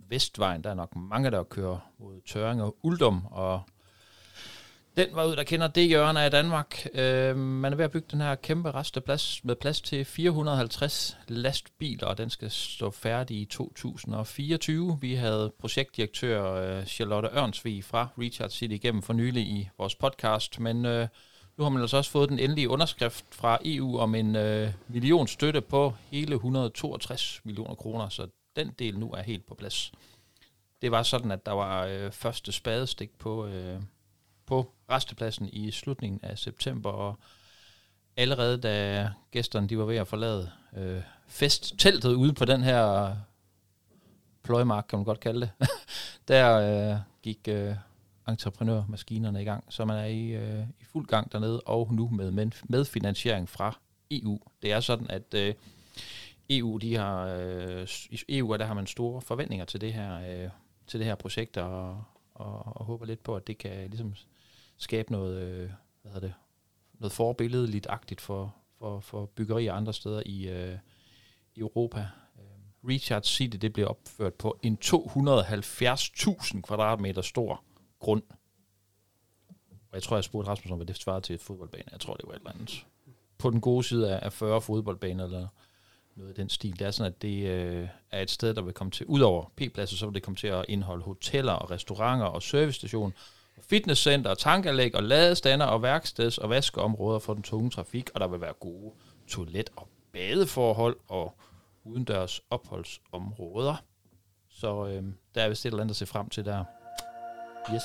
Vestvejen. Der er nok mange, der kører mod Tørring og Uldum, og den var ud, der kender det hjørne af Danmark. Man er ved at bygge den her kæmpe resteplads med plads til 450 lastbiler, og den skal stå færdig i 2024. Vi havde projektdirektør Charlotte Ørnsvig fra Recharge City igennem for nylig i vores podcast, men nu har man altså også fået den endelige underskrift fra EU om en millionstøtte på hele 162 millioner kroner, så den del nu er helt på plads. Det var sådan, at der var første spadestik på rastepladsen i slutningen af september, og allerede da gæsterne de var ved at forlade festteltet ude på den her pløjemark, kan man godt kalde det, der gik entreprenørmaskinerne i gang, så man er i fuld gang dernede, og nu med finansiering fra EU. Det er sådan, at EU, i EU der har man store forventninger til det her projekt, og håber lidt på, at det kan ligesom skabe noget, noget forbilledeligt-agtigt for byggerier andre steder i Europa. Recharge City, det bliver opført på en 270.000 kvadratmeter stor grund. Og jeg tror, jeg spurgte Rasmus om, hvad det svarede til et fodboldbane. Jeg tror, det var et eller andet. På den gode side af 40 fodboldbaner, eller noget af den stil. Det er sådan, at det er et sted, der vil komme til, udover P-pladser, så vil det komme til at indeholde hoteller og restauranter og servicestation, fitnesscenter, tankanlæg og ladestander og værksteds- og vaskeområder for den tunge trafik, og der vil være gode toilet- og badeforhold og udendørs opholdsområder. Så der er vist et eller andet at se frem til der. Yes.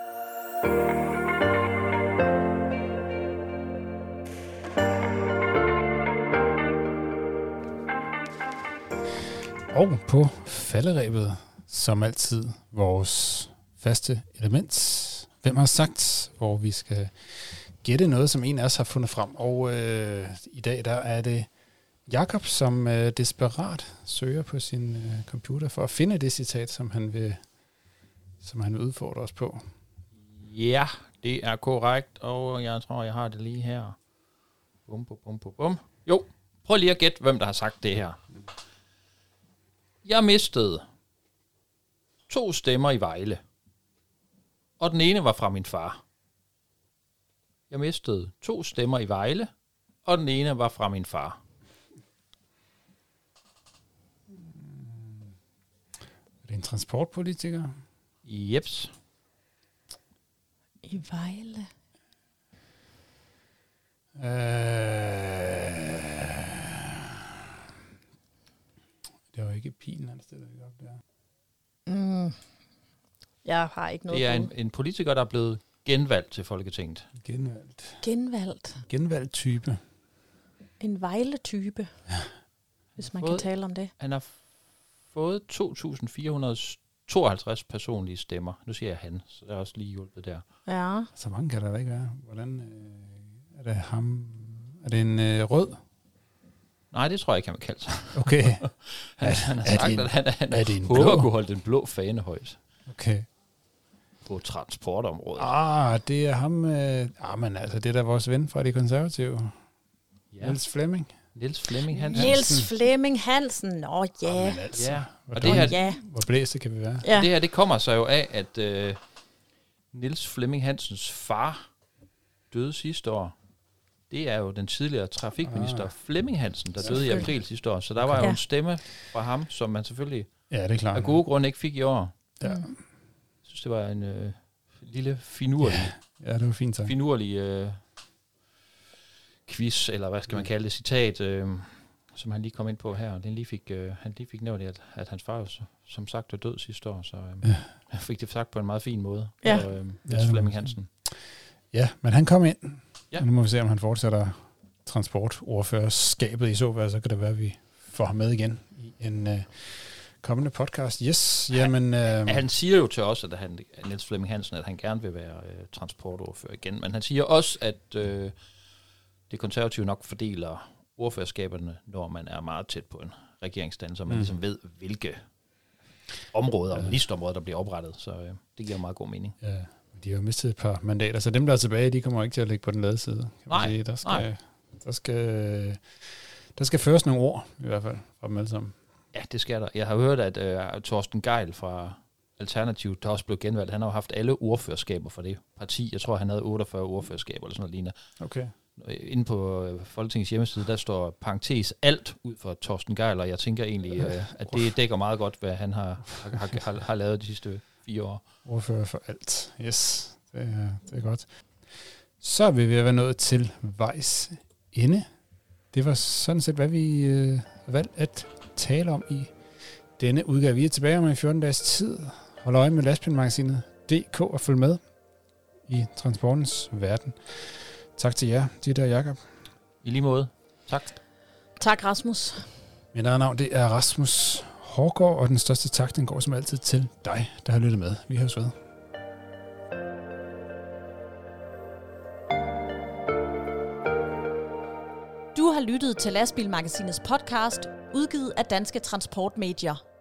Og på falderebet, som altid, vores faste element. Hvem har sagt, hvor vi skal gætte noget, som en af os har fundet frem. Og i dag der er det Jakob, som desperat søger på sin computer for at finde det citat, som han vil udfordre os på. Ja, det er korrekt, og jeg tror, jeg har det lige her. Bum, bum, bum, bum, bum. Jo, prøv lige at gætte, hvem der har sagt det her. Jeg mistede 2 stemmer i Vejle, og den ene var fra min far. Jeg mistede 2 stemmer i Vejle, og den ene var fra min far. Er det en transportpolitiker? Jeps. I Vejle. Det var ikke pilen, han stillede ikke op der. Jeg har ikke noget. Det er en politiker, der er blevet genvalgt til Folketinget. Genvalgt type. En Vejle-type, hvis man kan tale om det. Han har fået 2.452 personlige stemmer. Nu siger jeg han, så der er også lige hjulpet der. Ja. Så mange kan der ikke være. Hvordan er det ham? Er det en rød? Nej, det tror jeg ikke, han vil kalde sig. Okay. han har sagt, at han håber at kunne holde den blå fane højt. Okay. På transportområdet. Det er ham. Men altså, det er da vores ven fra De Konservative. Ja. Niels Flemming Hansen. Nå ja. Altså, ja. Og det her, hvor blæste kan vi være? Ja. Det her, det kommer sig jo af, at Niels Flemming Hansens far døde sidste år. Det er jo den tidligere trafikminister Flemming Hansen, der døde i april sidste år. Så der var jo en stemme fra ham, som man selvfølgelig det er klart, af gode grunde ikke fik i år. Ja. Jeg synes, det var en lille finurlig, det var fint sagt. Finurlig quiz, eller hvad skal man kalde det, citat, som han lige kom ind på her. Han lige fik nævnt, at hans far som sagt var død sidste år, så han fik det sagt på en meget fin måde. Ja. Flemming Hansen. Ja, men han kom ind. Ja. Nu må vi se, om han fortsætter transportordførerskabet i så fald, så kan det være, at vi får ham med igen i en kommende podcast. Yes, jamen... Han siger jo til os, at Niels Flemming Hansen, at han gerne vil være transportordfører igen, men han siger også, at det konservative nok fordeler ordførerskaberne, når man er meget tæt på en regeringsstand, så man ligesom ved, hvilke områder og ministerområder, der bliver oprettet. Så det giver meget god mening. Ja, de har jo mistet et par mandater, så dem, der er tilbage, de kommer ikke til at ligge på den lade side. Kan man sige. Der skal føres nogle ord, i hvert fald, fra dem alle sammen. Ja, det skal der. Jeg har hørt, at Torsten Gejl fra Alternativt, der også blev genvalgt, han har jo haft alle ordførerskaber for det parti. Jeg tror, han havde 48 ordførerskaber eller sådan noget lignende. Okay. Inde på Folketingets hjemmeside, der står parentes alt ud for Torsten Gejl, og jeg tænker egentlig, at det dækker meget godt, hvad han har lavet de sidste 4 år. Ordfører for alt. Yes, det er godt. Så er vi ved at være nået til vejs ende. Det var sådan set, hvad vi valgte at tale om i denne udgave. Vi er tilbage om 14 dages tid. Hold øje med lastbilmagasinet.dk og følg med i transportens verden. Tak til jer, Ditte og Jakob. I lige måde. Tak. Tak, Rasmus. Mit eget navn, det er Rasmus Hårgaard, og den største tak, den går som altid til dig, der har lyttet med. Vi høres ved. Du har lyttet til Lastbilmagasinets podcast, udgivet af Danske Transportmedier.